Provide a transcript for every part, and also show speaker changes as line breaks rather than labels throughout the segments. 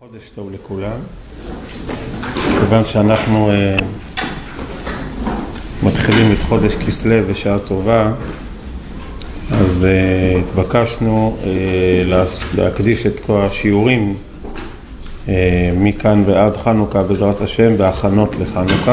חודש טוב לכולם. כיוון שאנחנו מתחילים את חודש כסלו בשעה טובה, אז התבקשנו להקדיש את כל השיעורים מכאן ועד חנוכה בעזרת השם בהכנות לחנוכה.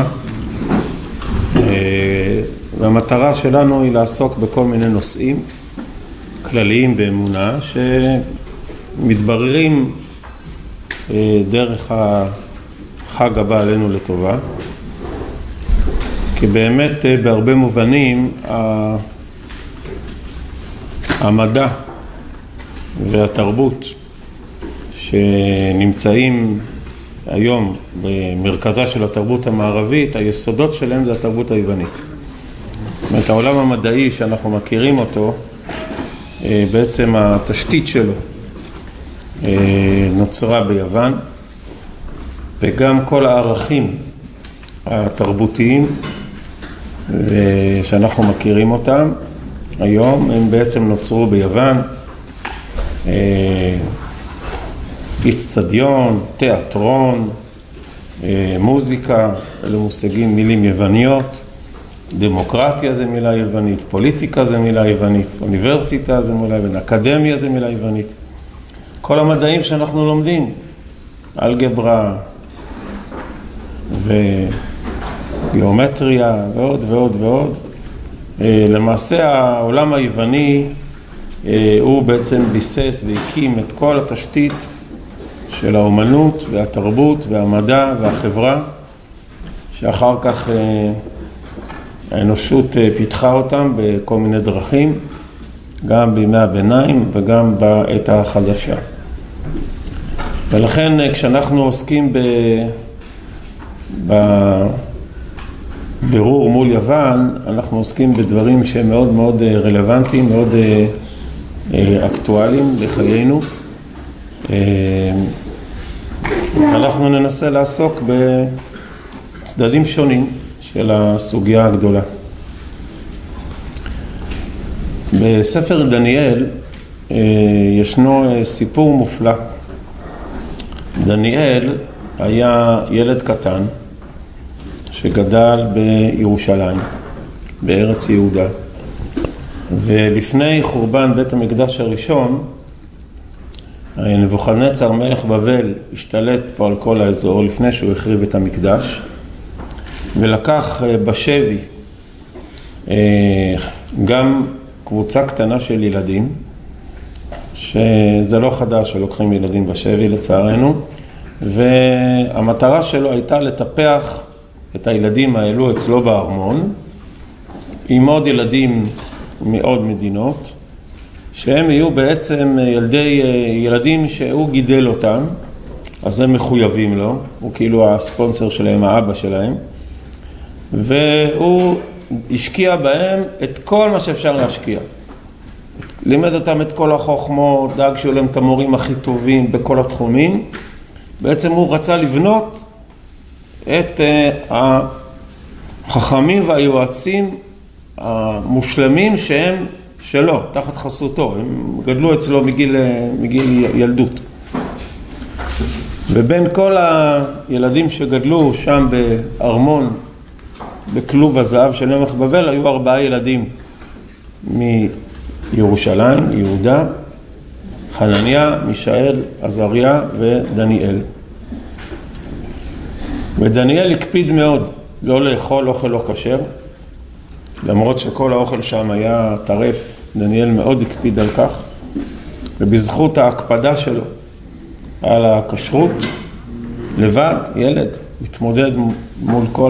והמטרה שלנו היא לעסוק בכל מיני נושאים כלליים באמונה שמתבררים דרך החג הבא עלינו לטובה, כי באמת בהרבה מובנים המדע והתרבות שנמצאים היום במרכזה של התרבות המערבית, היסודות שלהם זה התרבות היוונית. זאת אומרת, העולם המדעי שאנחנו מכירים אותו, בעצם התשתית שלו נוצרה ביוון, וגם כל הערכים התרבותיים שאנחנו מכירים אותם היום הם בעצם נוצרו ביוון. אצטדיון, תיאטרון, מוזיקה, אלו מושגים, מילים יווניות. דמוקרטיה זה מילה יוונית, פוליטיקה זה מילה יוונית, אוניברסיטה זה מילה יוונית, אקדמיה זה מילה יוונית. כל המדעים שאנחנו לומדים, אלגברה וגיאומטריה ועוד ועוד ועוד, למעשה העולם היווני הוא בעצם ביסס והקים את כל התשתית של האומנות והתרבות והמדע והחברה, שאחר כך האנושות פיתחה אותם בכל מיני דרכים, גם בימי הביניים וגם בעת החדשה. ולכן כשאנחנו עוסקים בבירור מול יוון, אנחנו עוסקים בדברים שהם מאוד מאוד רלוונטיים, מאוד אקטואליים לחיינו. אנחנו ננסה לעסוק בצדדים שונים של הסוגיה הגדולה. בספר דניאל ישנו סיפור מופלא. דניאל היה ילד קטן שגדל בירושלים, בארץ יהודה. ולפני חורבן בית המקדש הראשון, נבוכדנצר מלך בבל השתלט פה על כל האזור לפני שהוא החריב את המקדש, ולקח בשבי גם קבוצה קטנה של ילדים, שזה לא חדש שלוקחים ילדים בשבי לצערנו, והמטרה שלו הייתה לטפח את הילדים האלו אצלו בארמון, עם עוד ילדים מעוד מדינות, שהם יהיו בעצם ילדים שהוא גידל אותם, אז הם מחויבים לו, הוא כאילו הספונסר שלהם, האבא שלהם, והוא השקיע בהם את כל מה שאפשר להשקיע. לימד אותם את כל החוכמות, דאג שיהיו להם את המורים הכי טובים בכל התחומים. בעצם הוא רצה לבנות את החכמים והיועצים המושלמים שהם שלו, תחת חסותו. הם גדלו אצלו מגיל ילדות. ובין כל הילדים שגדלו שם בארמון, בכלוב הזהב של מלך בבל, היו 4 ילדים מירושלים, יהודה, חנניה, מישאל, עזריה ודניאל. ודניאל הקפיד מאוד לא לאכול אוכל לא כשר, למרות שכל האוכל שם היה טרף. דניאל מאוד הקפיד על כך, ובזכות ההקפדה שלו על הכשרות, לבד, ילד, מתמודד מול כל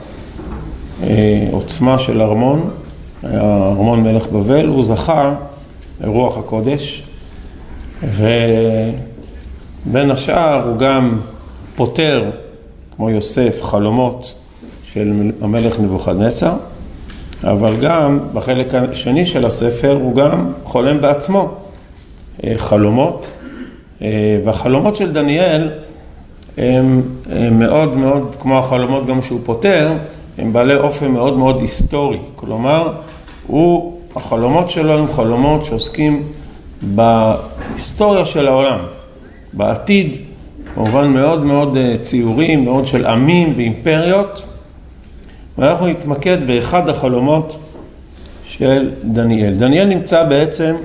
העוצמה של ארמון, ארמון מלך בבל, הוא זכה לרוח הקודש, ובין השאר הוא גם פותר, כמו יוסף, חלומות של המלך נבוכדנצר, אבל גם בחלק השני של הספר הוא גם חולם בעצמו חלומות, והחלומות של דניאל הם מאוד מאוד, כמו החלומות גם שהוא פותר, הם בעלי אופן מאוד מאוד היסטורי. כלומר, החלומות שלו הם חלומות שעוסקים בהיסטוריה של העולם, בעתיד במובן מאוד מאוד ציורי, מאוד של עמים ואימפריות, ואנחנו נתמקד באחד החלומות של דניאל. דניאל נמצא בעצם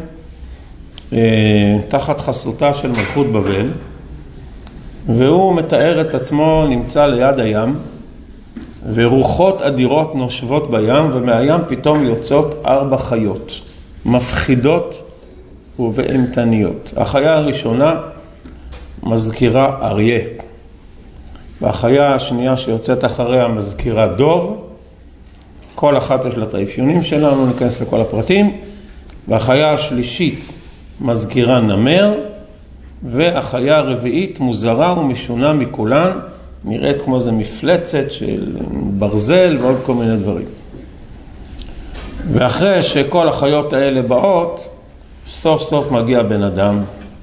תחת חסותה של מלכות בבל, והוא מתאר את עצמו נמצא ליד הים, ורוחות אדירות נושבות בים, ומהים פתאום יוצאות 4 חיות, מפחידות ובאימתניות. החיה הראשונה מזכירה אריה, והחיה השנייה שיוצאת אחריה מזכירה דוב, כל אחת יש לה את האפיונים שלנו, ניכנס לכל הפרטים, והחיה השלישית מזכירה נמר, והחיה הרביעית מוזרה ומשונה מכולן, נראית כמו איזה מפלצת של ברזל ועוד כל מיני דברים. ואחרי שכל החיות האלה באות, סוף סוף מגיע בן אדם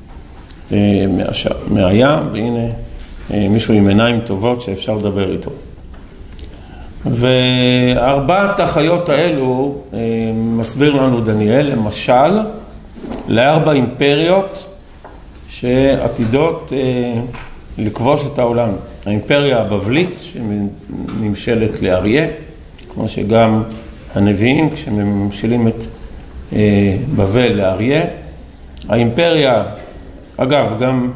מהים, והנה מישהו עם עיניים טובות שאפשר לדבר איתו. וארבעת החיות האלו מסביר לנו דניאל, למשל, ל4 אימפריות שעתידות לכבוש את העולם. האימפריה הבבלית שנמשלת לאריה, כמו שגם הנביאים כשממשלים את בבל לאריה. האימפריה, אגב, גם,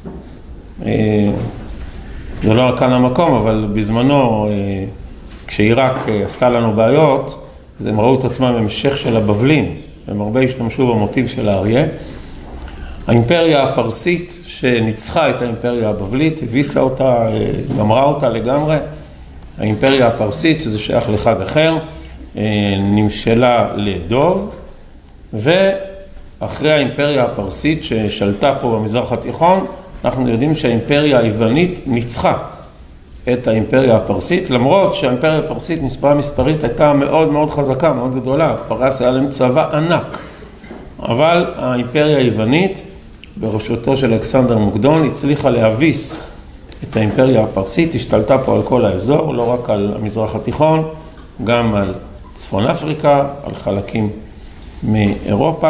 זה לא כאן המקום, אבל בזמנו, כשעיראק עשתה לנו בעיות, אז הם ראו את עצמם המשך של הבבלים, הם הרבה השתמשו במוטיב של האריה. האימפריה הפרסית שניצחה את האימפריה הבבלית, הביסה אותה, גמרה אותה לגמרי. האימפריה הפרסית, שזה שייך לחג אחר, נמשלה לדוב, ואחרי האימפריה הפרסית ששלטה פה במזרח התיכון, אנחנו יודעים שהאימפריה היוונית ניצחה את האימפריה הפרסית, למרות שהאימפריה הפרסית מספרית הייתה מאוד מאוד חזקה, מאוד גדולה, פרס היה להם צבא ענק, אבל האימפריה היוונית בראשותו של אלכסנדר מוקדון הצליחה להביס את האימפריה הפרסית, השתלטה פה על כל האזור, לא רק על המזרח התיכון, גם על צפון אפריקה, על חלקים מאירופה,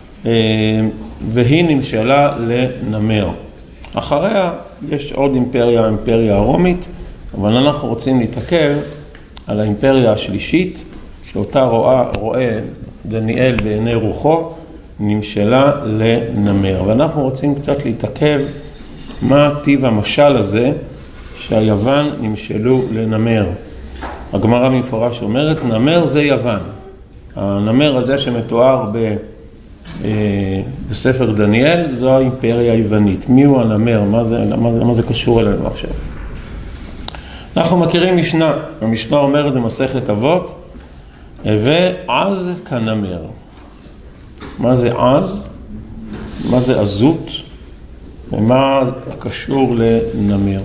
והיא נמשלה לנמר. אחריה יש עוד אימפריה, האימפריה הרומית, אבל אנחנו רוצים להתעכב על האימפריה השלישית, שאותה רואה דניאל בעיני רוחו, נמשלה לנמר. ואנחנו רוצים קצת להתעכב מה טיב המשל הזה שהיוון נמשלו לנמר. הגמרא במפורש אומרת, נמר זה יוון. הנמר הזה שמתואר בספר דניאל, זו האימפריה היוונית. מי הוא הנמר? מה זה קשור אלינו עכשיו? אנחנו מכירים משנה. המשנה אומרת במסכת אבות, ועז כנמר. מה זה עז? מה זה עזות? ומה קשור לנמר?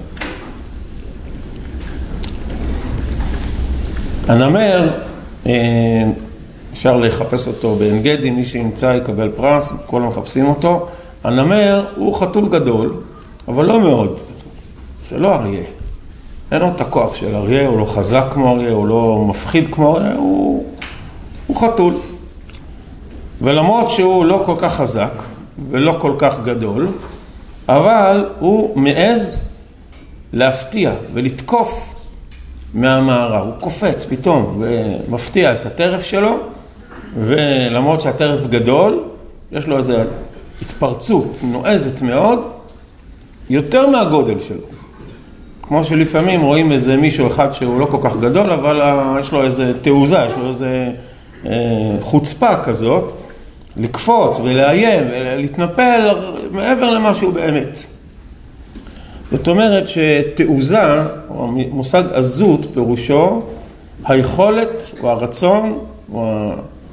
הנמר, אפשר לחפש אותו בעין גדי, מי שימצא יקבל פרס, כולם מחפשים אותו. הנמר הוא חתול גדול, אבל לא מאוד. זה לא אריה. אין לו את הכוח של אריה, הוא לא חזק כמו אריה, הוא לא מפחיד כמו אריה, הוא חתול. ולמרות שהוא לא כל כך חזק ולא כל כך גדול, אבל הוא מעז להפתיע ולתקוף מהמערה. הוא קופץ פתאום ומפתיע את הטרף שלו, ולמרות שהטרף גדול, יש לו איזו התפרצות נועזת מאוד, יותר מהגודל שלו. כמו שלפעמים רואים איזה מישהו אחד שהוא לא כל כך גדול, אבל יש לו איזה תעוזה, יש לו איזה חוצפה כזאת, לקפוץ ולאיים ולהתנפל מעבר למה שהוא באמת. זאת אומרת שתעוזה, או מושג עזות, פירושו היכולת או הרצון או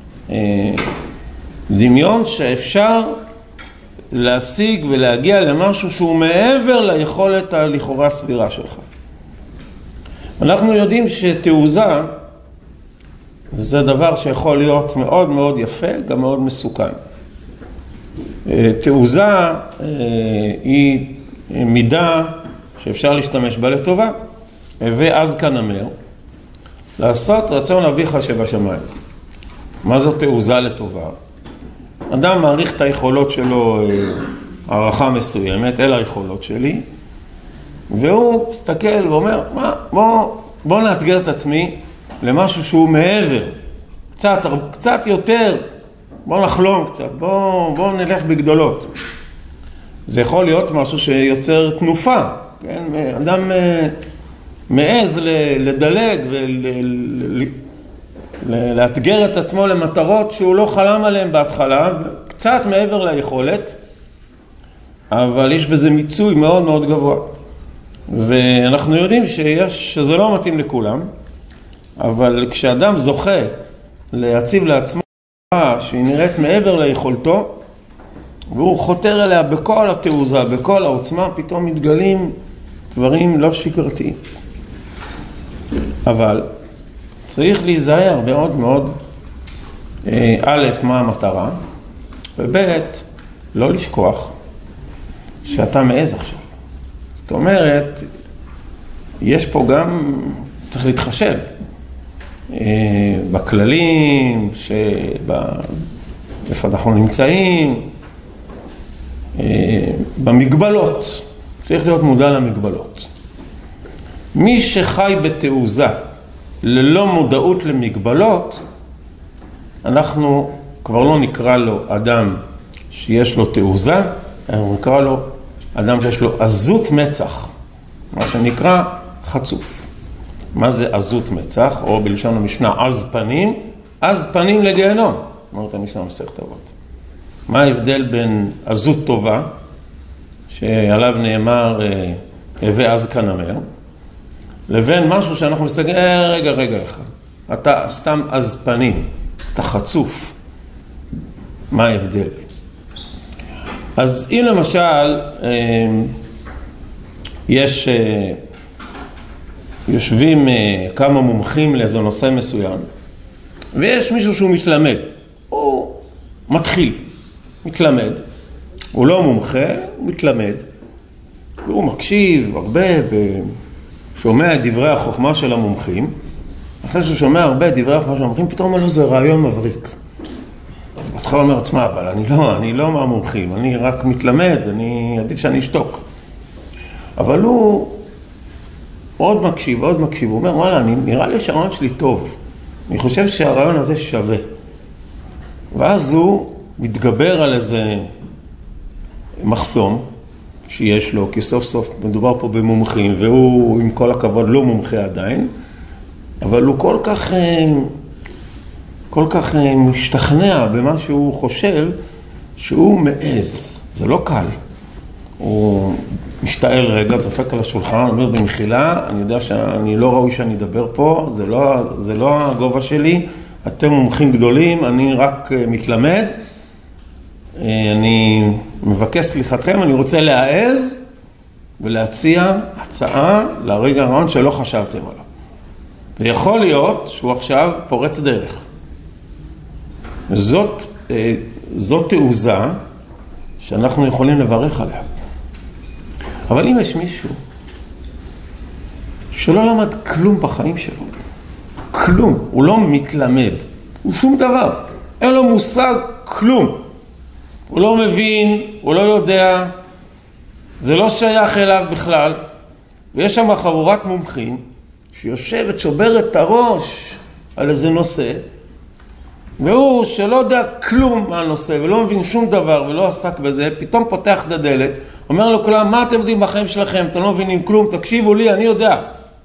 הדמיון שאפשר להשיג ולהגיע למשהו שהוא מעבר ליכולת הלכאורה סבירה שלך. אנחנו יודעים שתעוזה זה דבר שיכול להיות מאוד מאוד יפה, גם מאוד מסוכן. תעוזה היא מידה שאפשר להשתמש בה לטובה, ואז כנמר, לעשות רצון אביך שבשמיים. מה זאת תעוזה לטובה? אדם מעריך את היכולות שלו הערכה מסוימת, אלה היכולות שלי, והוא מסתכל ואומר, בוא נאתגר את עצמי למשהו שהוא מעבר, קצת יותר, בוא נחלום קצת, בוא נלך בגדולות. זה יכול להיות משהו שיוצר תנופה, כן? אדם מעז לדלג ולאתגר את עצמו למטרות שהוא לא חלם עליהן בהתחלה, קצת מעבר ליכולת, אבל יש בזה מיצוי מאוד מאוד גבוה. ואנחנו יודעים שזה לא מתאים לכולם, אבל כשאדם זוכה להציב לעצמו שהיא נראית מעבר ליכולתו, והוא חותר אליה בכל התעוזה, בכל העוצמה, פתאום מתגלים דברים לא שגרתיים. אבל צריך להיזהר מאוד מאוד, א', מה המטרה, וב', לא לשכוח שאתה מעז עכשיו. זאת אומרת, יש פה גם, צריך להתחשב בכללים, איפה אנחנו נמצאים, במגבלות. צריך להיות מודע למגבלות. מי שחי בתעוזה ללא מודעות למגבלות, אנחנו כבר לא נקרא לו אדם שיש לו תעוזה, אנחנו נקרא לו אדם שיש לו עזות מצח, מה שנקרא חצוף. מה זה עזות מצח? או בלשון המשנה עז פנים, עז פנים לגיהנום. אומרת המשנה מסכת אבות. מה ההבדל בין עזות טובה, שעליו נאמר הווה עז כנמר, לבין משהו שאנחנו מסתכלים, רגע אחד, אתה סתם עז פנים, אתה חצוף. מה ההבדל? אז אם למשל יושבים כמה מומחים לאיזה נושא מסוים, ויש מישהו שהוא מתלמד, הוא מתלמד, הוא לא מומחה, הוא מתלמד, והוא מקשיב הרבה ושומע את דברי החוכמה של המומחים. אחרי שהוא שומע הרבה את דברי החוכמה של המומחים, פתאום אומר לו זה רעיון מבריק. אז בהתחלה אומר עצמה, אבל אני לא מהמומחים, אני רק מתלמד, אני עדיף שאני אשתוק. אבל הוא עוד מקשיב, הוא אומר, וואלה, נראה לי שהרעיון שלי טוב. אני חושב שהרעיון הזה שווה. ואז הוא מתגבר על איזה מחסום שיש לו, כי סוף סוף מדובר פה במומחים, והוא עם כל הכבוד לא מומחה עדיין, אבל הוא כל כך משתכנע במה שהוא חושב שהוא מעז. זה לא קל. הוא משתעל רגע, דופק על השולחן, אומר במחילה, אני יודע שאני לא ראוי שאני אדבר פה, זה לא הגובה שלי, אתם מומחים גדולים, אני רק מתלמד, אני מבקש סליחתכם, אני רוצה להעז ולהציע הצעה לרגע הרעיון שלא חשבתם עליו. ויכול להיות שהוא עכשיו פורץ דרך. זאת תעוזה שאנחנו יכולים לברך עליה. אבל אם יש מישהו שלא למד כלום בחיים שלו, כלום, הוא לא מתלמד, הוא שום דבר, אין לו מושג כלום, הוא לא מבין, הוא לא יודע, זה לא שייך אליו בכלל, ויש שם חבורת מומחים שיושבת, שוברת את הראש על איזה נושא, והוא שלא יודע כלום מהנושא ולא מבין שום דבר ולא עסק בזה, פתאום פותח את הדלת, אומר לו כולם, מה אתם יודעים בחיים שלכם? אתם לא מבינים כלום, תקשיבו לי, אני יודע.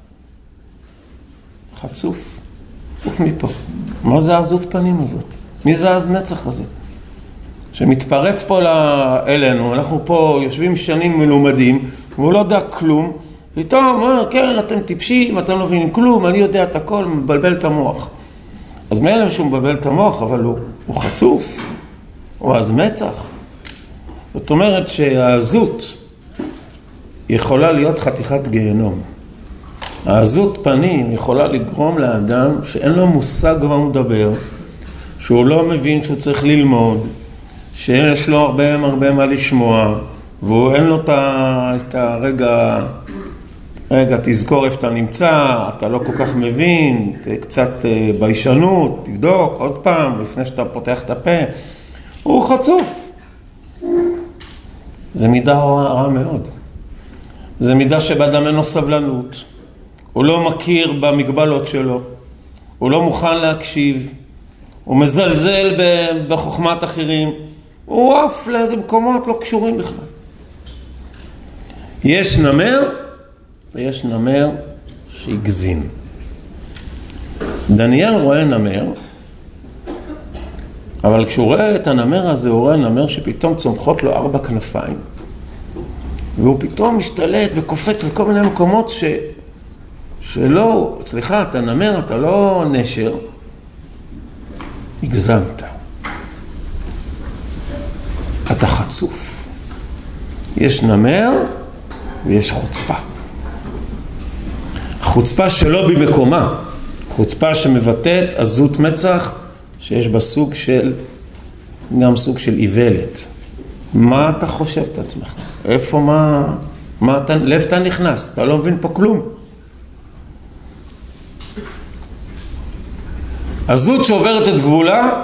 חצוף, חוף מפה. מה זה העזות פנים הזאת? מי זה העז מצח הזה? שמתפרץ פה אלינו, אנחנו פה יושבים שנים מלומדים, והוא לא יודע כלום, פתאום אומר, כן, אתם טיפשים, אתם לא מבינים כלום, אני יודע את הכל, מבלבל את המוח. אז מאלה שהוא מבלבל את המוח, אבל הוא חצוף, הוא עז מצח. זאת אומרת שהעזות יכולה להיות חתיכת גיהנום. העזות פנים יכולה לגרום לאדם שאין לו מושג מה הוא מדבר, שהוא לא מבין שהוא צריך ללמוד, שיש לו הרבה מה לשמוע, והוא אין לו את הרגע, תזכור איפה אתה נמצא, אתה לא כל כך מבין, קצת ביישנות, תבדוק עוד פעם לפני שאתה פותח את הפה. הוא חצוף. זה מידה רע מאוד. זה מידה שבאדם אינו סבלנות. הוא לא מכיר במגבלות שלו. הוא לא מוכן להקשיב. הוא מזלזל בחוכמת אחרים. הוא עף לאיזה מקומות לא קשורים בכלל. יש נמר ויש נמר שהגזים. דניאל רואה נמר, אבל כשהוא רואה את הנמר הזה, הוא רואה נמר שפתאום צומחות לו 4 כנפיים. והוא פתאום משתלט וקופץ על כל מיני מקומות שלא, סליחה, אתה נמר, אתה לא נשר, הגזמת. אתה חצוף. יש נמר ויש חוצפה. חוצפה שלא במקומה, חוצפה שמבטאת עזות מצח שיש בה סוג של, גם סוג של איוולת. מה אתה חושב את עצמך? איפה, לב אתה נכנס, אתה לא מבין פה כלום. עזות שעוברת את גבולה,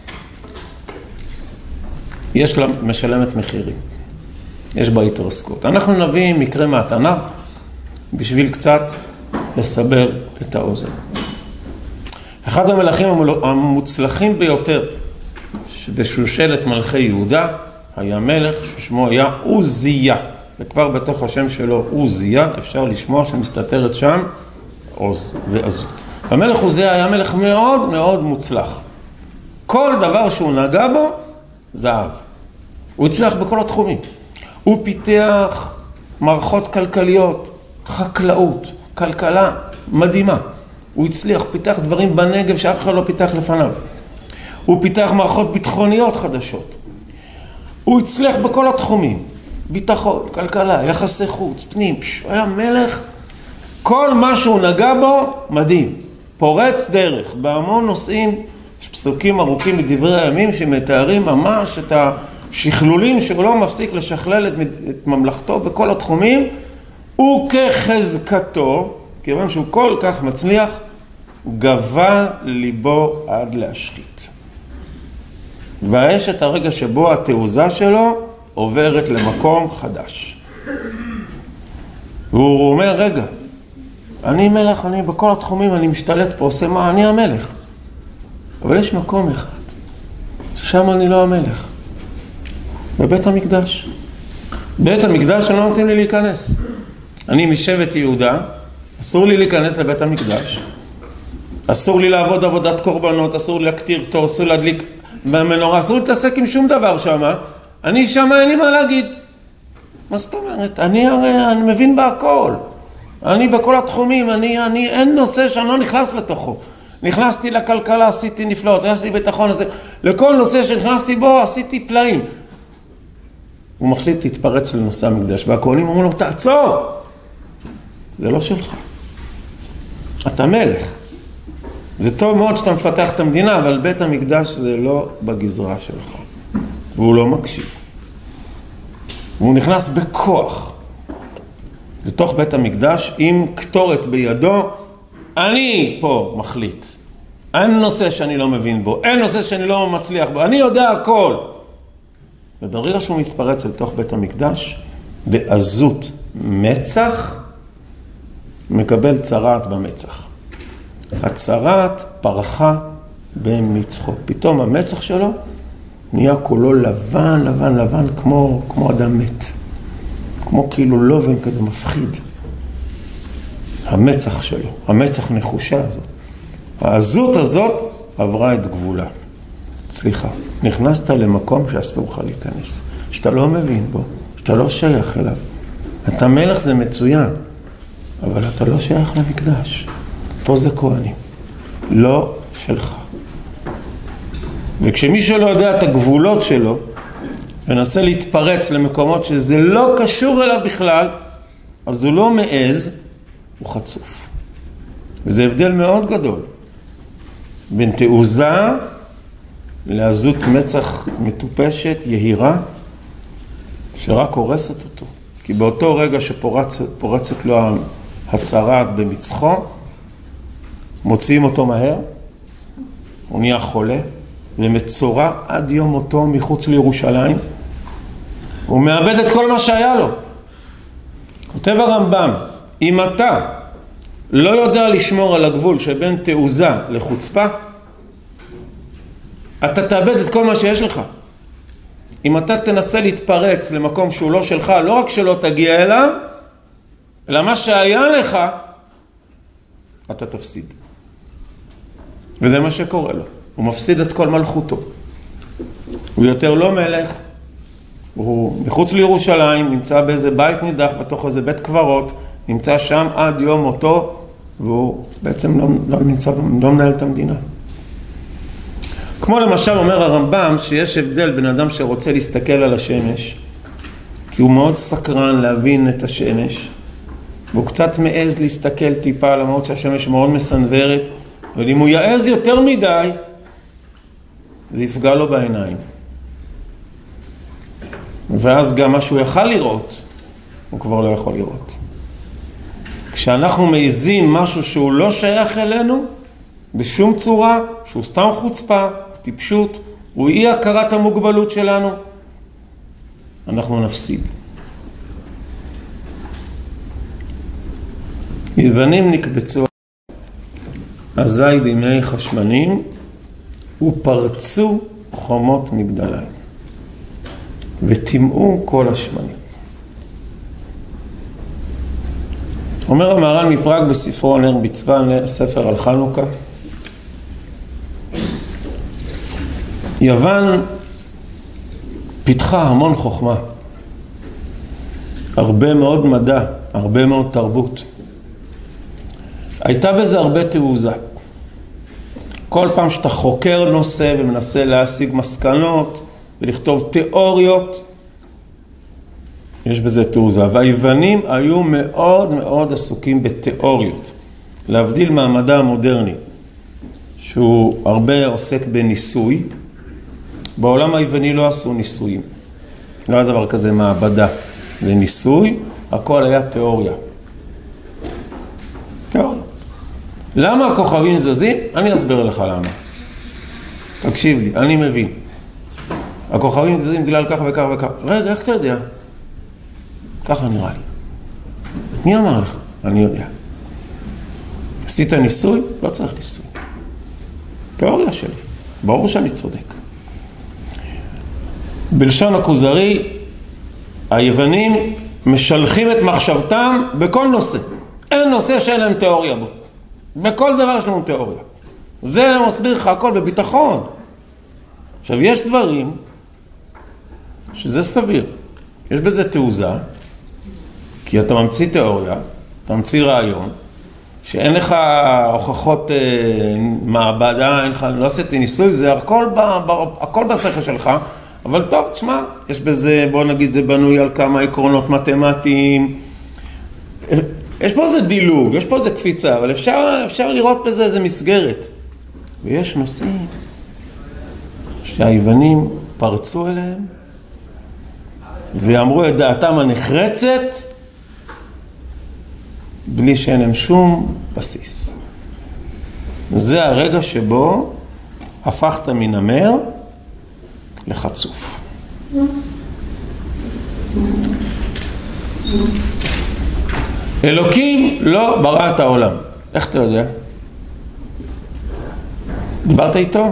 יש לה משלמת מחירים. יש בה התרסקות. אנחנו נביא מקרה מהתנ"ך בשביל קצת לסבר את האוזן. אחד המלכים המוצלחים ביותר בשושלת מלכי יהודה היה מלך ששמו היה עוזיה. וכבר בתוך השם שלו עוזיה אפשר לשמוע שמסתתרת שם עוז ועזות. המלך עוזיה היה מלך מאוד מאוד מוצלח. כל דבר שהוא נגע בו זהב. הוא הצליח בכל התחומים. הוא פיתח מערכות כלכליות, חקלאות, כלכלה מדהימה. הוא הצליח, פיתח דברים בנגב שאף אחד לא פיתח לפניו. הוא פיתח מערכות ביטחוניות חדשות. הוא הצליח בכל התחומים. ביטחון, כלכלה, יחסי חוץ, פנים. היה מלך, כל מה שהוא נגע בו מדהים. פורץ דרך. בהמון נושאים יש פסוקים ארוכים מדברי הימים שמתארים ממש את השכלולים שהוא לא מפסיק לשכלל את ממלכתו בכל התחומים. וכחזקתו, כיוון שהוא כל כך מצליח, גבה ליבו עד להשחית. ויש את הרגע שבו התעוזה שלו עוברת למקום חדש. והוא אומר, רגע, אני מלך, אני בכל התחומים, אני משתלט פה, עושה מה? אני המלך. אבל יש מקום אחד, שם אני לא המלך. בבית המקדש. בית המקדש לא נותנים לי להיכנס. אני משבט יהודה, אסור לי להיכנס לבית המקדש. אסור לי לעבוד עבודת קורבנות, אסור לי להקטיר תור, אסור להדליק במנורה, אסור להתעסק עם שום דבר שם. אני שם, אין לי מה להגיד. מה זאת אומרת? אני מבין בהכל. אני בכל התחומים, אין נושא שאני לא נכנס לתוכו. נכנסתי לכלכלה, עשיתי נפלאות, נכנסתי ביטחון הזה. לכל נושא שנכנסתי בו, עשיתי פלאים. הוא מחליט להתפרץ לנושא המקדש, והכהנים אומרים לו, תעצור! זה לא שלך. אתה מלך. זה טוב מאוד שאתה מפתח את המדינה, אבל בית המקדש זה לא בגזרה שלך. והוא לא מקשיב. והוא נכנס בכוח לתוך בית המקדש עם כתורת בידו. אני פה מחליט. אין נושא שאני לא מבין בו, אין נושא שאני לא מצליח בו, אני יודע הכל. וברגע שהוא מתפרץ לתוך בית המקדש, בעזות מצח, מקבל צרעת במצח. הצרעת פרחה במצחו. פתאום המצח שלו נהיה כולו לבן, לבן, לבן, כמו אדם מת. כמו כאילו לובן כזה מפחיד. המצח שלו, המצח נחושה הזאת. העזות הזאת עברה את גבולה. סליחה, נכנסת למקום שאסור לך להיכנס. שאתה לא מבין בו, שאתה לא שייך אליו. אתה מלך זה מצוין, אבל אתה לא שייך למקדש. פה זה כהנים, לא שלך. וכשמישהו לא יודע את הגבולות שלו, ונסה להתפרץ למקומות שזה לא קשור אליו בכלל, אז הוא לא מעז, הוא חצוף. וזה הבדל מאוד גדול. בין תעוזה לעזות מצח מטופשת, יהירה, שרק הורסת אותו. כי באותו רגע שפורצת לו הצרעת במצחו, מוציאים אותו מהר, הוא נהיה חולה, ומצורע עד יום מותו מחוץ לירושלים, הוא מאבד את כל מה שהיה לו. כותב הרמב"ם, אם אתה לא יודע לשמור על הגבול שבין תעוזה לחוצפה, אתה תאבד את כל מה שיש לך. אם אתה תנסה להתפרץ למקום שהוא לא שלך, לא רק שלא תגיע אליו, אלא מה שהיה לך, אתה תפסיד. וזה מה שקורה לו. הוא מפסיד את כל מלכותו. הוא יותר לא מלך. הוא מחוץ לירושלים, נמצא באיזה בית נידח, בתוך איזה בית קברות, נמצא שם עד יום מותו, והוא בעצם לא מנהל את המדינה. כמו למשל אומר הרמב"ם שיש הבדל בין אדם שרוצה להסתכל על השמש, כי הוא מאוד סקרן להבין את השמש, והוא קצת מעז להסתכל טיפה, למרות שהשמש מאוד מסנוורת, אבל אם הוא יעז יותר מדי, זה יפגע לו בעיניים. ואז גם מה שהוא יכל לראות, הוא כבר לא יכול לראות. כשאנחנו מעזים משהו שהוא לא שייך אלינו, בשום צורה, שהוא סתם חוצפה, טיפשות, הוא אי הכרת המוגבלות שלנו, אנחנו נפסיד. יוונים נקבצו אזי בימי חשמנים ופרצו חומות מגדליים וטימאו כל השמנים. אומר המהר"ל מפראג בספרו נר מצווה, ספר על חנוכה, יוון פיתחה המון חוכמה, הרבה מאוד מדע, הרבה מאוד תרבות. הייתה בזה הרבה תעוזה. כל פעם שאתה חוקר נושא ומנסה להשיג מסקנות ולכתוב תיאוריות, יש בזה תעוזה. והיוונים היו מאוד מאוד עסוקים בתיאוריות. להבדיל מהמדע המודרני, שהוא הרבה עוסק בניסוי, בעולם היווני לא עשו ניסויים. לא היה דבר כזה מעבדה לניסוי, הכל היה תיאוריה. תיאוריה. למה הכוכבים זזים? אני אסביר לך למה. תקשיב לי, אני מבין. הכוכבים זזים בגלל כך וכך וכך. רגע, איך אתה יודע? ככה נראה לי. מי אמר לך? אני יודע. עשית ניסוי? לא צריך ניסוי. תיאוריה שלי. ברור שאני צודק. בלשון הכוזרי, היוונים משלחים את מחשבתם בכל נושא. אין נושא שאין להם תיאוריה בו. בכל דבר יש לנו תיאוריה. זה מסביר לך הכל בביטחון. עכשיו, יש דברים שזה סביר. יש בזה תעוזה, כי אתה ממציא תיאוריה, אתה ממציא רעיון, שאין לך הוכחות מעבדה, אין לך, לא עשיתי ניסוי, זה הכל בשכל שלך, אבל טוב, תשמע, יש בזה, בוא נגיד, זה בנוי על כמה עקרונות מתמטיים, יש פה איזה דילוג, יש פה איזה קפיצה, אבל אפשר לראות בזה איזה מסגרת. ויש נושאים שהיוונים פרצו אליהם, ואמרו את דעתם הנחרצת, בלי שאין להם שום בסיס. זה הרגע שבו הפכת מנמר לחצוף. אלוקים לא ברא את העולם. איך אתה יודע? דיברת איתו?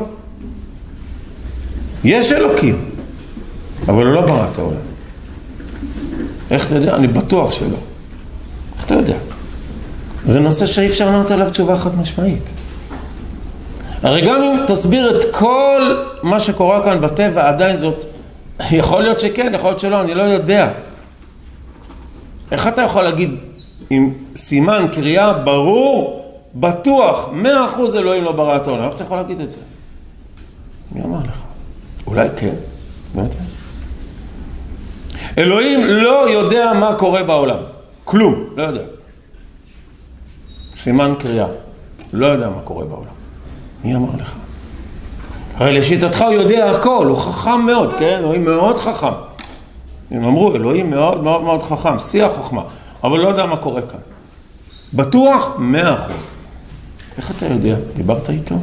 יש אלוקים, אבל הוא לא ברא את העולם. איך אתה יודע? אני בטוח שלא. איך אתה יודע? זה נושא שאי אפשר לענות עליו תשובה חד משמעית. הרי גם אם תסביר את כל מה שקורה כאן בטבע, עדיין זאת, יכול להיות שכן, יכול להיות שלא, אני לא יודע. איך אתה יכול להגיד עם סימן קריאה ברור, בטוח, 100% אלוהים לא ברא את העולם? איך אתה יכול להגיד את זה? מי אמר לך? אולי כן, לא יודע. אלוהים לא יודע מה קורה בעולם. כלום, לא יודע. סימן קריאה, לא יודע מה קורה בעולם. מי אמר לך? הרי לשיטתך הוא יודע הכל, הוא חכם מאוד, כן? אלוהים מאוד חכם. הם אמרו, אלוהים מאוד מאוד מאוד חכם, שיא החוכמה, אבל לא יודע מה קורה כאן. בטוח 100%. איך אתה יודע? דיברת איתו?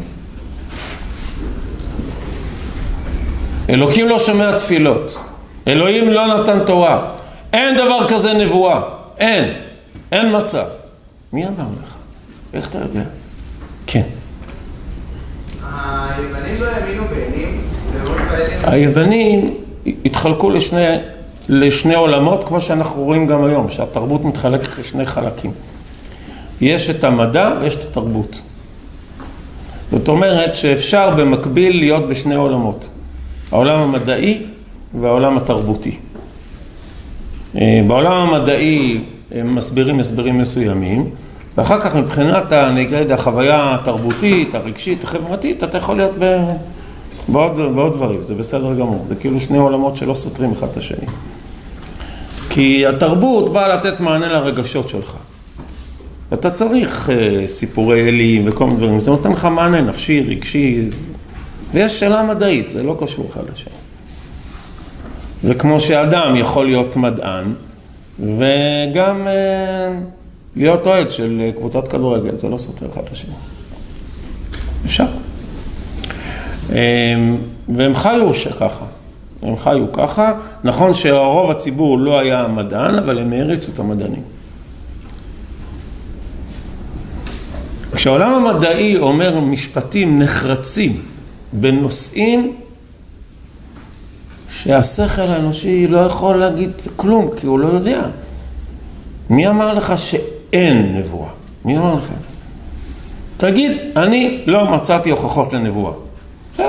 אלוקים לא שומע תפילות. אלוהים לא נתן תורה. אין דבר כזה נבואה. אין מצב. מי אמר לך? איך אתה יודע? כן.
היוונים לא האמינו באלים?
היוונים התחלקו לשני עולמות, כמו שאנחנו רואים גם היום, שהתרבות מתחלקת לשני חלקים. יש את המדע ויש את התרבות. זאת אומרת שאפשר במקביל להיות בשני עולמות. העולם המדעי והעולם התרבותי. בעולם המדעי הם מסבירים הסברים מסוימים, ואחר כך מבחינת החוויה התרבותית, הרגשית, החברתית, אתה יכול להיות בעוד דברים, זה בסדר גמור. זה כאילו שני עולמות שלא סותרים אחד את השני. כי התרבות באה לתת מענה לרגשות שלך. אתה צריך סיפורי אלים וכל מיני דברים, זה נותן לך מענה נפשי, רגשי, ויש שאלה מדעית, זה לא קשור אחד לשני. זה כמו שאדם יכול להיות מדען, וגם להיות אוהד של קבוצת כדורגל, זה לא סותר אחד לשני. אפשר. והם חיו שככה. הם חיו ככה. נכון שרוב הציבור לא היה מדען, אבל הם העריצו את המדענים. כשהעולם המדעי אומר משפטים נחרצים בנושאים שהשכל האנושי לא יכול להגיד כלום, כי הוא לא יודע. מי אמר לך שאין נבואה? מי אמר לך את זה? תגיד, אני לא מצאתי הוכחות לנבואה. בסדר.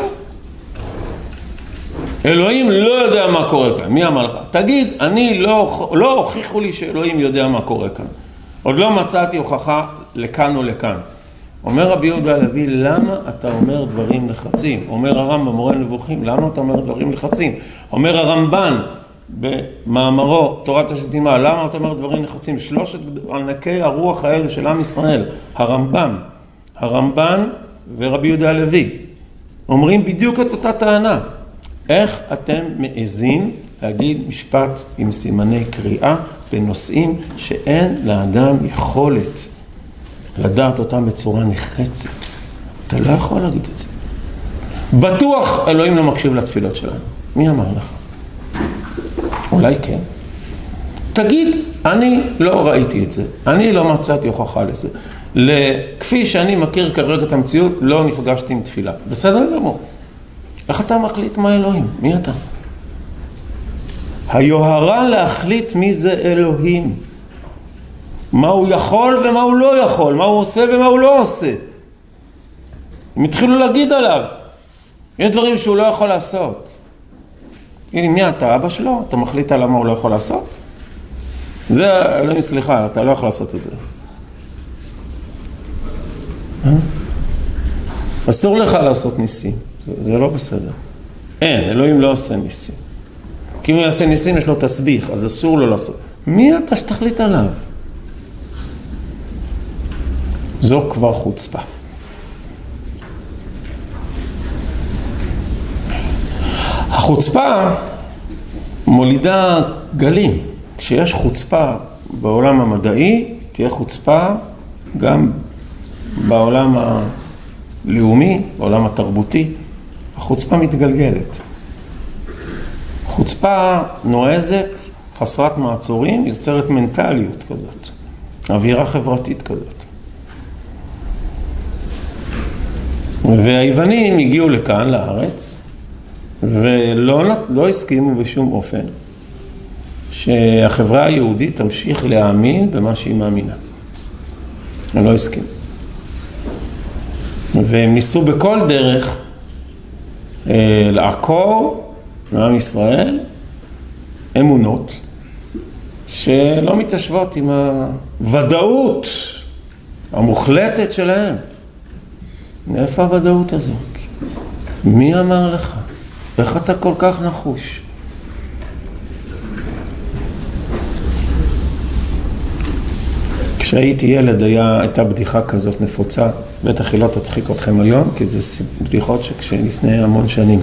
אלוהים לא יודע מה קורה כאן. מי אמר לך? תגיד, אני לא הוכיחו לי שאלוהים יודע מה קורה כאן. עוד לא מצאתי הוכחה לכאן או לכאן. אומר רבי יהודה הלוי, למה אתה אומר דברים נחרצים? אומר הרמב"ם, מורה נבוכים, למה אתה אומר דברים נחרצים? אומר הרמב"ן, במאמרו, תורת השתימה, למה אתה אומר דברים נחרצים? שלושת ענקי הרוח האלה של עם ישראל, הרמב"ן ורבי יהודה הלוי, אומרים בדיוק את אותה טענה. איך אתם מעזים להגיד משפט עם סימני קריאה בנושאים שאין לאדם יכולת לדעת אותם בצורה נחרצת? אתה לא יכול להגיד את זה. בטוח אלוהים לא מקשיב לתפילות שלנו. מי אמר לך? אולי כן. תגיד, אני לא ראיתי את זה. אני לא מצאתי הוכחה לזה. כפי שאני מכיר כרגע את המציאות, לא נפגשתי עם תפילה. בסדר גמור. איך אתה מחליט מה אלוהים? מי אתה? היוהרה להחליט מי זה אלוהים. מה הוא יכול ומה הוא לא יכול. מה הוא עושה ומה הוא לא עושה. הם התחילו להגיד עליו. יש דברים שהוא לא יכול לעשות. הנה, מי אתה? אבא שלו? אתה מחליט על מה הוא לא יכול לעשות? זה, אלוהים, סליחה, אתה לא יכול לעשות את זה. אסור לך לעשות ניסים. זה לא בסדר. אין, אלוהים לא עושה ניסים. כי אם הוא יעשה ניסים, יש לו תסביך, אז אסור לו לעשות. מי אתה שתחליט עליו? זו כבר חוצפה. החוצפה מולידה גלים. כשיש חוצפה בעולם המדעי, תהיה חוצפה גם בעולם הלאומי, בעולם התרבותי. החוצפה מתגלגלת. חוצפה נועזת, חסרת מעצורים, יוצרת מנטליות כזאת, אווירה חברתית כזאת. והיוונים הגיעו לכאן, לארץ, ולא הסכימו בשום אופן שהחברה היהודית תמשיך להאמין במה שהיא מאמינה. הם לא הסכימו. והם ניסו בכל דרך לעקור מעם ישראל אמונות שלא מתיישבות עם הוודאות המוחלטת שלהם. מאיפה הוודאות הזאת? מי אמר לך? איך אתה כל כך נחוש? כשהייתי ילד הייתה בדיחה כזאת נפוצה, בטח היא לא תצחיק אתכם היום, כי זה בדיחות שלפני המון שנים.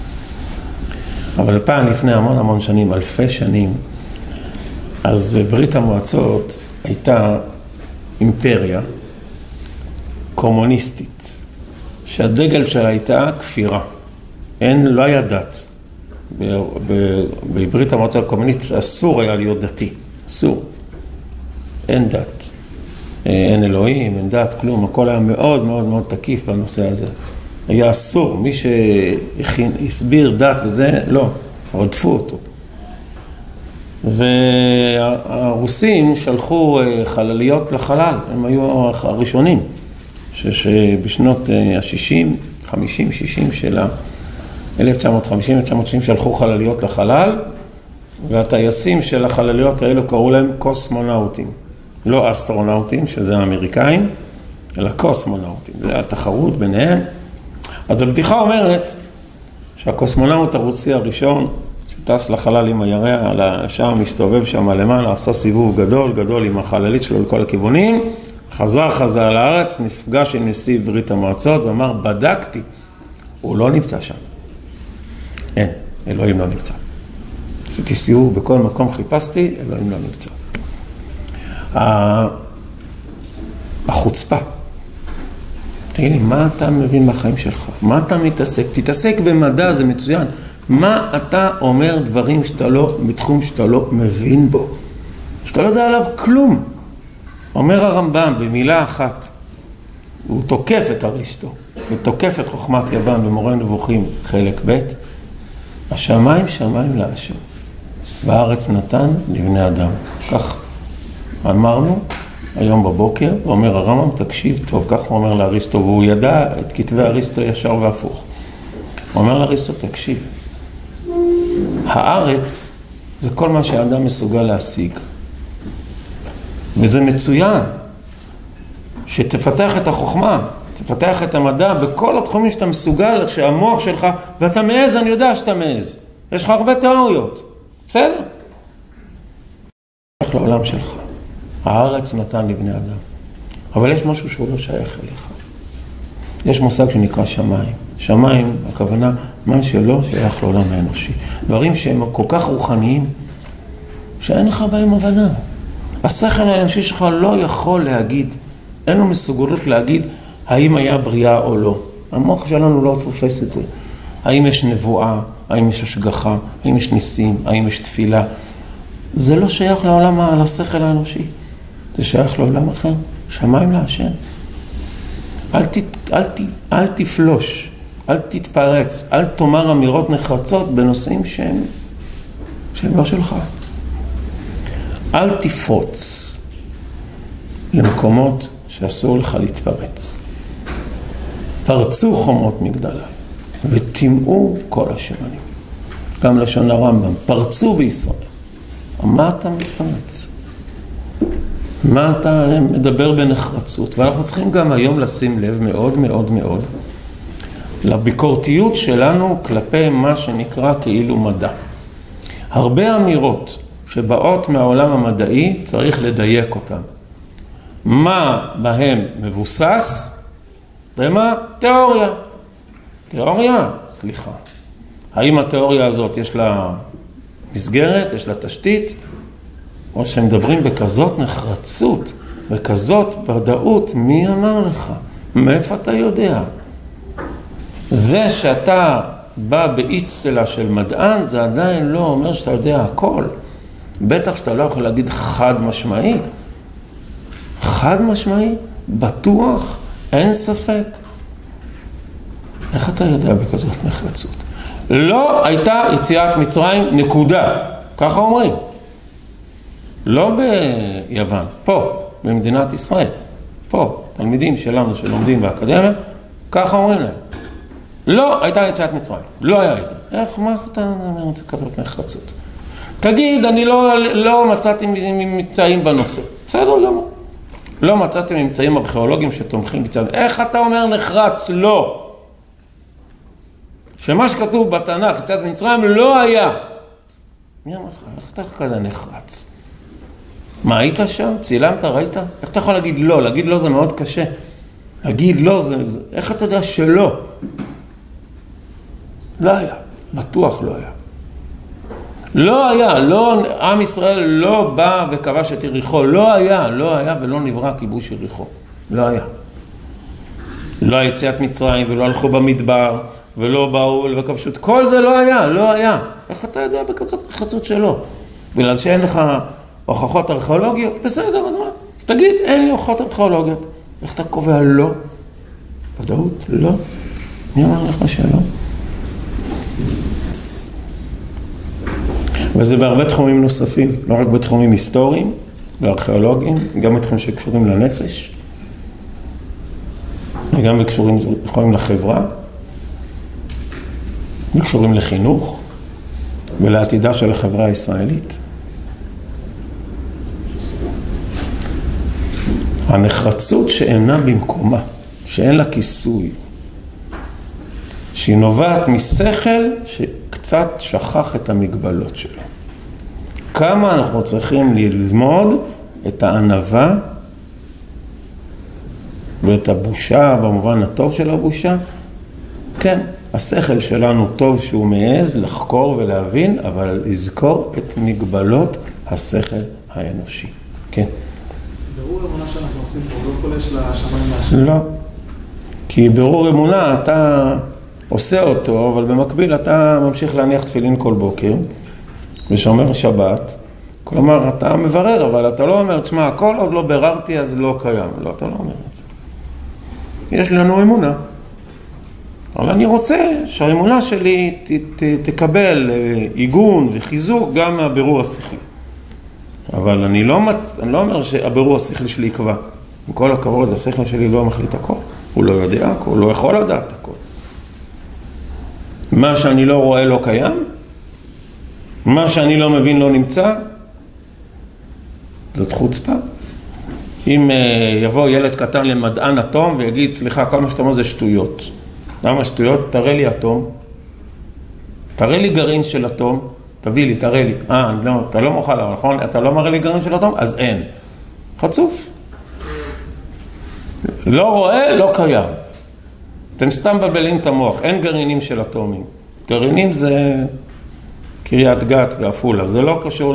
אבל פעם לפני המון שנים, אלפי שנים, אז ברית המועצות הייתה אימפריה קומוניסטית, שהדגל שלה הייתה כפירה. לא היה דת. בברית המועצות הקומוניסטית אסור היה להיות דתי. אסור. אין דת. אין אלוהים, אין דת, כלום. הכל היה מאוד מאוד מאוד תקיף בנושא הזה. היה אסור. מי שהסביר דת וזה, לא. רדפו אותו. והרוסים שלחו חלליות לחלל. הם היו הראשונים. שבשנות ה-60, 50, 60 של 1950, 1960 שלחו חלליות לחלל, והטייסים של החלליות האלו קראו להם קוסמונאוטים. לא אסטרונאוטים, שזה האמריקאים, אלא קוסמונאוטים. זה התחרות ביניהם. אז הבדיחה אומרת שהקוסמונאוט הרוסי הראשון, שטס לחלל עם הירח, שם מסתובב שם למעלה, עשה סיבוב גדול גדול עם החללית שלו לכל הכיוונים, חזר לארץ, נפגש עם נשיא ברית המועצות ואמר, בדקתי, הוא לא נמצא שם. אין, אלוהים לא נמצא. עשיתי סיור, בכל מקום חיפשתי, אלוהים לא נמצא. החוצפה. תגיד לי, מה אתה מבין בחיים שלך? מה אתה מתעסק? תתעסק במדע, זה מצוין. מה אתה אומר דברים בתחום שאתה לא מבין בו? שאתה לא יודע עליו כלום. אומר הרמב"ם במילה אחת, הוא תוקף את אריסטו, ותוקף את חוכמת יוון במורה נבוכים חלק ב', השמיים שמיים להשם, והארץ נתן לבני אדם. כך אמרנו היום בבוקר, ואומר הרמב"ם, תקשיב טוב, כך הוא אומר לאריסטו, והוא ידע את כתבי אריסטו ישר והפוך. הוא אומר לאריסטו, תקשיב, הארץ זה כל מה שהאדם מסוגל להשיג. וזה מצוין, שתפתח את החוכמה, תפתח את המדע בכל התחומים שאתה מסוגל, שהמוח שלך, ואתה מעז, אני יודע שאתה מעז. יש לך הרבה תיאוריות, בסדר? שייך לעולם שלך. הארץ נתן לבני אדם. אבל יש משהו שהוא לא שייך אליך. יש מושג שנקרא שמיים. שמיים, הכוונה, מה שלא שייך לעולם האנושי. דברים שהם כל כך רוחניים, שאין לך בהם הבנה. השכל האנושי שלך לא יכול להגיד, אין לו מסוגלות להגיד, האם היה בריאה או לא. המוח שלנו לא תופס את זה. האם יש נבואה, האם יש השגחה, האם יש ניסים, האם יש תפילה. זה לא שייך לעולם, לשכל האנושי. זה שייך לעולם אחר. שמיים להשם. אל תפלוש, אל תתפרץ, אל תאמר אמירות נחרצות בנושאים שהם לא שלך. אל תפרוץ למקומות שאסור לך להתפרץ. פרצו חומות מגדלי ותמאו כל השמנים. גם לשון הרמב"ם, פרצו בישראל. מה אתה מתפרץ? מה אתה מדבר בנחרצות? ואנחנו צריכים גם היום לשים לב מאוד מאוד מאוד לביקורתיות שלנו כלפי מה שנקרא כאילו מדע. הרבה אמירות שבאות מהעולם המדעי צריך לדייק אותן. מה בהם מבוסס ומה תיאוריה. תיאוריה, סליחה. האם התיאוריה הזאת יש לה מסגרת, יש לה תשתית? או שמדברים בכזאת נחרצות, בכזאת ודאות, מי אמר לך? מאיפה אתה יודע? זה שאתה בא באצטלה של מדען, זה עדיין לא אומר שאתה יודע הכל. בטח שאתה לא יכול להגיד חד משמעי. חד משמעי, בטוח, אין ספק. איך אתה יודע בכזאת נחרצות? לא הייתה יציאת מצרים, נקודה. ככה אומרים. לא ביוון, פה, במדינת ישראל. פה, תלמידים שלנו שלומדים באקדמיה, ככה אומרים להם. לא הייתה יציאת מצרים, לא היה את זה. מה אתה אומר את זה כזאת נחרצות? תגיד, אני לא מצאתי ממצאים בנושא. בסדר גמור. לא מצאתי ממצאים ארכיאולוגיים שתומכים בצד. איך אתה אומר נחרץ? לא. שמה שכתוב בתנ"ך, יציאת מצרים, לא היה. מי אמר לך? איך אתה כזה נחרץ? מה, היית שם? צילמת? ראית? איך אתה יכול להגיד לא? להגיד לא זה מאוד קשה. להגיד לא זה... איך אתה יודע שלא? לא היה. בטוח לא היה. לא היה. לא, עם ישראל לא בא וכבש את יריחו. לא היה. לא היה ולא נברא כיבוש יריחו. לא היה. לא היה יציאת מצרים ולא הלכו במדבר ולא באו וכבשו. כל זה לא היה. לא היה. איך אתה יודע בכזאת נחרצות שלו? בגלל שאין לך הוכחות ארכיאולוגיות, בסדר, אז מה? אז תגיד, אין לי הוכחות ארכיאולוגיות. איך אתה קובע לא? ודאות? לא. מי אמר לך שלא? וזה בהרבה תחומים נוספים, לא רק בתחומים היסטוריים וארכיאולוגיים, גם בתחומים שקשורים לנפש, וגם קשורים לחברה, וקשורים לחינוך ולעתידה של החברה הישראלית. הנחרצות שאינה במקומה, שאין לה כיסוי, שהיא נובעת משכל שקצת שכח את המגבלות שלו. כמה אנחנו צריכים ללמוד את הענווה ואת הבושה במובן הטוב של הבושה? כן, השכל שלנו טוב שהוא מעז לחקור ולהבין, אבל לזכור את מגבלות השכל האנושי. כן.
ברור אמונה שאנחנו עושים פה, לא פולש לשמיים מהשם.
לא. כי ברור אמונה אתה עושה אותו, אבל במקביל אתה ממשיך להניח תפילין כל בוקר, ושומר שבת. כלומר, אתה מברר, אבל אתה לא אומר, תשמע, הכל עוד לא בררתי, אז לא קיים. לא, אתה לא אומר את זה. יש לנו אמונה. אבל אני רוצה שהאמונה שלי תקבל עיגון וחיזוק גם מהבירור השכלי. אבל אני לא אומר שהבירור השכלי שלי יקבע. עם כל הכבוד, השכל שלי לא מחליט הכל. הוא לא יודע הכל, הוא לא יכול לדעת הכל. מה שאני לא רואה לא קיים, מה שאני לא מבין לא נמצא, זאת חוצפה. אם יבוא ילד קטן למדען אטום ויגיד, סליחה, כל מה שאתה אומר זה שטויות. למה שטויות? תראה לי אטום. תראה לי גרעין של אטום. תביא לי, תראה לי. לא, אתה לא מוכן לה, נכון? אתה לא מראה לי גרעין של אטום? אז אין. חצוף. לא רואה, לא קיים. אתם סתם מבלבלים את המוח. אין גרעינים של אטומים. גרעינים זה קריית גת ועפולה. זה לא קשור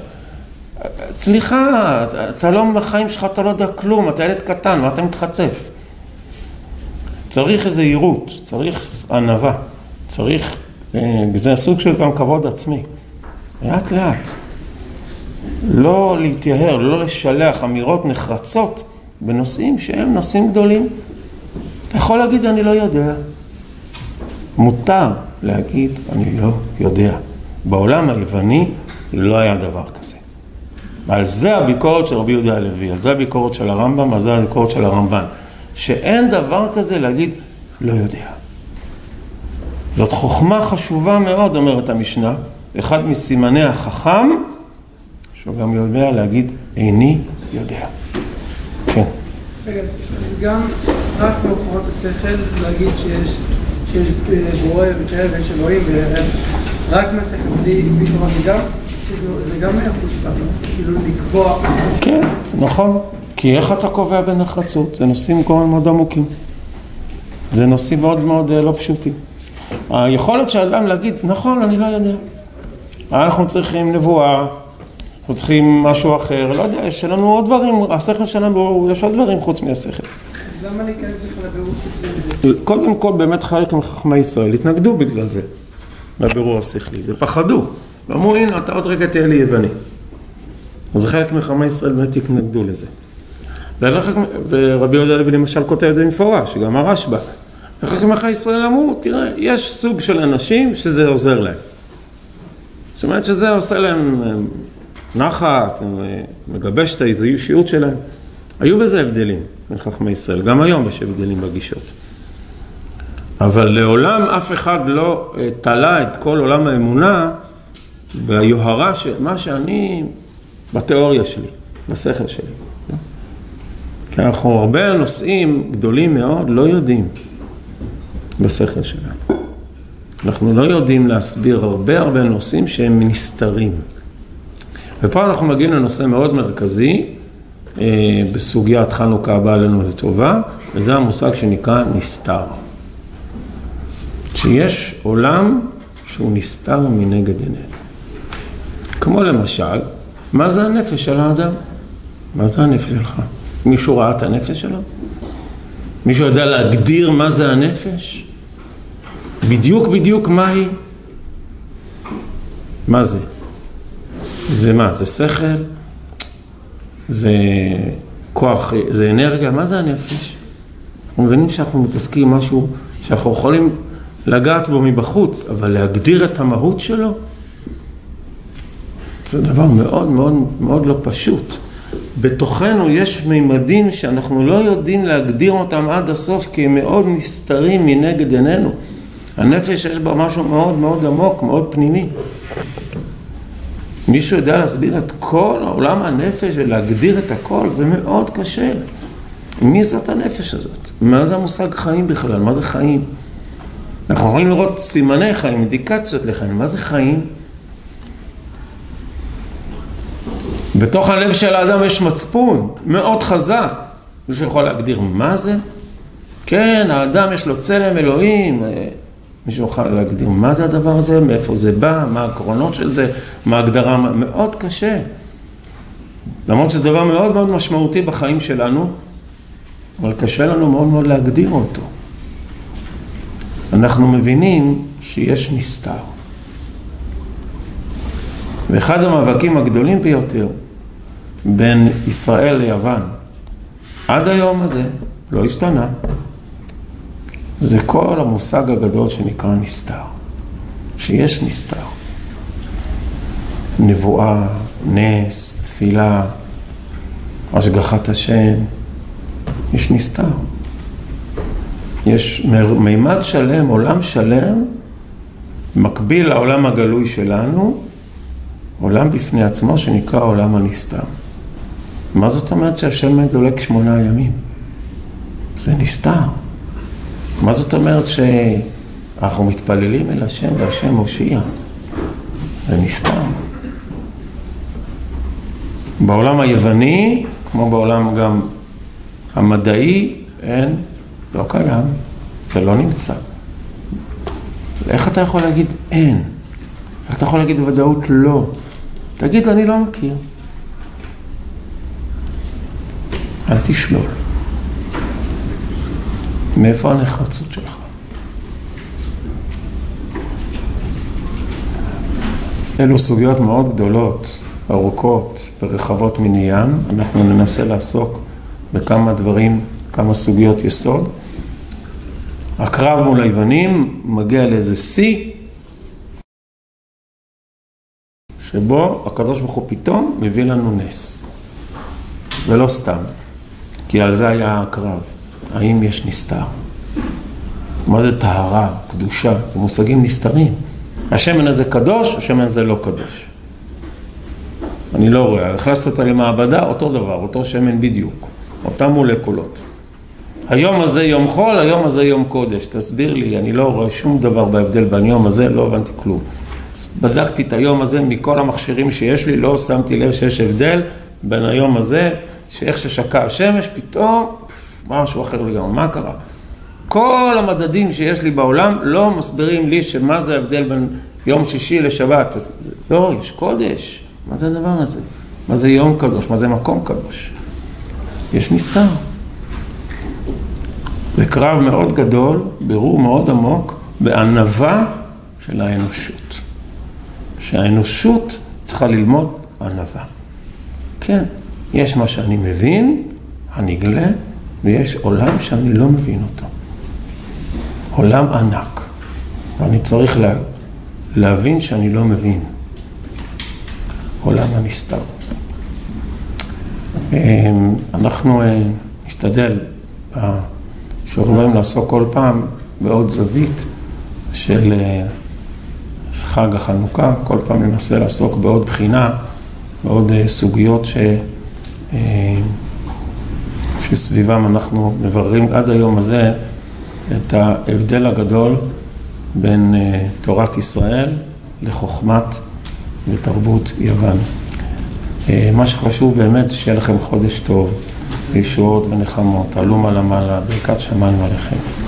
סליחה, אתה לא בחיים שלך, אתה לא יודע כלום. אתה ילד קטן, מה אתה מתחצף? צריך איזו עירות, צריך ענווה, צריך, זה סוג של גם כבוד עצמי. לאט לאט. לא להתייהר, לא לשלח אמירות נחרצות בנושאים שהם נושאים גדולים. אתה יכול להגיד, אני לא יודע. מותר להגיד, אני לא יודע. בעולם היווני לא היה דבר כזה. ועל זה הביקורת של רבי יהודה הלוי, על זה הביקורת של הרמב"ם, על זה הביקורת של הרמב"ן. שאין דבר כזה להגיד, לא יודע. זאת חוכמה חשובה מאוד, אומרת המשנה. אחד מסימני החכם, שהוא גם יודע להגיד, איני יודע. כן.
רגע, אז גם רק במקומות השכל להגיד שיש בורא וכאלה ויש אלוהים ורק מהשכל בלי תורה זה גם חוצפה, כאילו לקבוע.
כן, נכון. כי איך אתה קובע בנחרצות? זה נושאים כל מאוד עמוקים. זה נושאים מאוד מאוד לא פשוטים. היכולת שהאדם להגיד, נכון, אני לא יודע. אנחנו צריכים נבואה, אנחנו צריכים משהו אחר, לא יודע, יש לנו עוד דברים, השכל שלנו, יש עוד דברים חוץ מהשכל.
אז למה להיכנס בכלל לבירור שכלי?
קודם כל, באמת חלק מחכמי ישראל התנגדו בגלל זה, לבירור השכלי, ופחדו. ואמרו, הנה, אתה עוד רגע תהיה לי יווני. אז חלק מחכמי ישראל באמת התנגדו לזה. ורבי יהודה הלוי למשל כותב את זה מפורש, גם הרשב"א. ואחר כך מחכמי ישראל אמרו, תראה, יש סוג של אנשים שזה עוזר להם. זאת אומרת שזה עושה להם נחת, מגבש את האישיות שלהם. היו בזה הבדלים מחכמי ישראל, גם היום יש הבדלים בגישות. אבל לעולם אף אחד לא תלה את כל עולם האמונה ביוהרה של מה שאני בתיאוריה שלי, בשכל שלי. כי אנחנו הרבה נושאים גדולים מאוד לא יודעים בשכל שלנו. אנחנו לא יודעים להסביר הרבה נושאים שהם נסתרים. ופה אנחנו מגיעים לנושא מאוד מרכזי, בסוגיית חנוכה הבאה לנו לטובה, וזה המושג שנקרא נסתר. שיש עולם שהוא נסתר מנגד עינינו. כמו למשל, מה זה הנפש של האדם? מה זה הנפש שלך? מישהו ראה את הנפש שלו? מישהו יודע להגדיר מה זה הנפש? בדיוק מה היא? מה זה? זה מה? זה שכל? זה כוח, זה אנרגיה. מה זה הנפש? אנחנו מבינים שאנחנו מתעסקים משהו שאנחנו יכולים לגעת בו מבחוץ, אבל להגדיר את המהות שלו, זה דבר מאוד מאוד מאוד לא פשוט. בתוכנו יש מימדים שאנחנו לא יודעים להגדיר אותם עד הסוף, כי הם מאוד נסתרים מנגד עינינו. הנפש יש בה משהו מאוד מאוד עמוק, מאוד פנימי. מישהו יודע להסביר את כל העולם הנפש ולהגדיר את הכל, זה מאוד קשה. מי זאת הנפש הזאת? מה זה המושג חיים בכלל? מה זה חיים? אנחנו יכולים לראות סימני חיים, אינדיקציות לחיים. מה זה חיים? בתוך הלב של האדם יש מצפון מאוד חזק. מישהו יכול להגדיר מה זה? כן, האדם יש לו צלם אלוהים. מישהו יכול להגדיר מה זה הדבר הזה, מאיפה זה בא, מה העקרונות של זה, מה ההגדרה, מאוד קשה. למרות שזה דבר מאוד מאוד משמעותי בחיים שלנו, אבל קשה לנו מאוד מאוד להגדיר אותו. אנחנו מבינים שיש נסתר. ואחד המאבקים הגדולים ביותר בין ישראל ליוון, עד היום הזה, לא השתנה, זה כל המושג הגדול שנקרא נסתר. שיש נסתר. נבואה, נס, תפילה, השגחת השם, יש נסתר. יש מימד שלם, עולם שלם, מקביל לעולם הגלוי שלנו, עולם בפני עצמו שנקרא עולם הנסתר. מה זאת אומרת שהשם דולק 8 ימים? זה נסתר. מה זאת אומרת שאנחנו מתפללים אל השם והשם מושיע? זה נסתר. בעולם היווני, כמו בעולם גם המדעי, אין, לא קיים, זה לא נמצא. איך אתה יכול להגיד אין? איך אתה יכול להגיד בוודאות לא? תגיד, אני לא מכיר. אל תשלול. מאיפה הנחרצות שלך? אלו סוגיות מאוד גדולות, ארוכות ורחבות מניין. אנחנו ננסה לעסוק בכמה דברים, כמה סוגיות יסוד. הקרב מול היוונים מגיע לאיזה שיא, שבו הקדוש ברוך הוא פתאום מביא לנו נס. ולא סתם, כי על זה היה הקרב. האם יש נסתר? מה זה טהרה, קדושה? זה מושגים נסתרים. השמן הזה קדוש, השמן הזה לא קדוש. אני לא רואה, הכנסת אותה למעבדה, אותו דבר, אותו שמן בדיוק, אותם מולקולות. היום הזה יום חול, היום הזה יום קודש. תסביר לי, אני לא רואה שום דבר בהבדל בין היום הזה, לא הבנתי כלום. בדקתי את היום הזה מכל המכשירים שיש לי, לא שמתי לב שיש הבדל בין היום הזה, שאיך ששקע השמש, פתאום משהו אחר לגמרי. מה קרה? כל המדדים שיש לי בעולם לא מסבירים לי שמה זה ההבדל בין יום שישי לשבת. לא, יש קודש. מה זה הדבר הזה? מה זה יום קדוש? מה זה מקום קדוש? יש נסתר. זה קרב מאוד גדול, בירור מאוד עמוק, בענווה של האנושות. שהאנושות צריכה ללמוד ענווה. כן, יש מה שאני מבין, הנגלה, ויש עולם שאני לא מבין אותו. עולם ענק. ואני צריך להבין שאני לא מבין. עולם הנסתר. אנחנו נשתדל שאנחנו לעסוק כל פעם בעוד זווית של חג החנוכה, כל פעם ננסה לעסוק בעוד בחינה, בעוד סוגיות שסביבם אנחנו מבררים עד היום הזה את ההבדל הגדול בין תורת ישראל לחוכמת ותרבות יוון. מה שחשוב באמת שיהיה לכם חודש טוב, וישועות ונחמות, עלו מעלה מעלה, ברכת שמיים עליכם.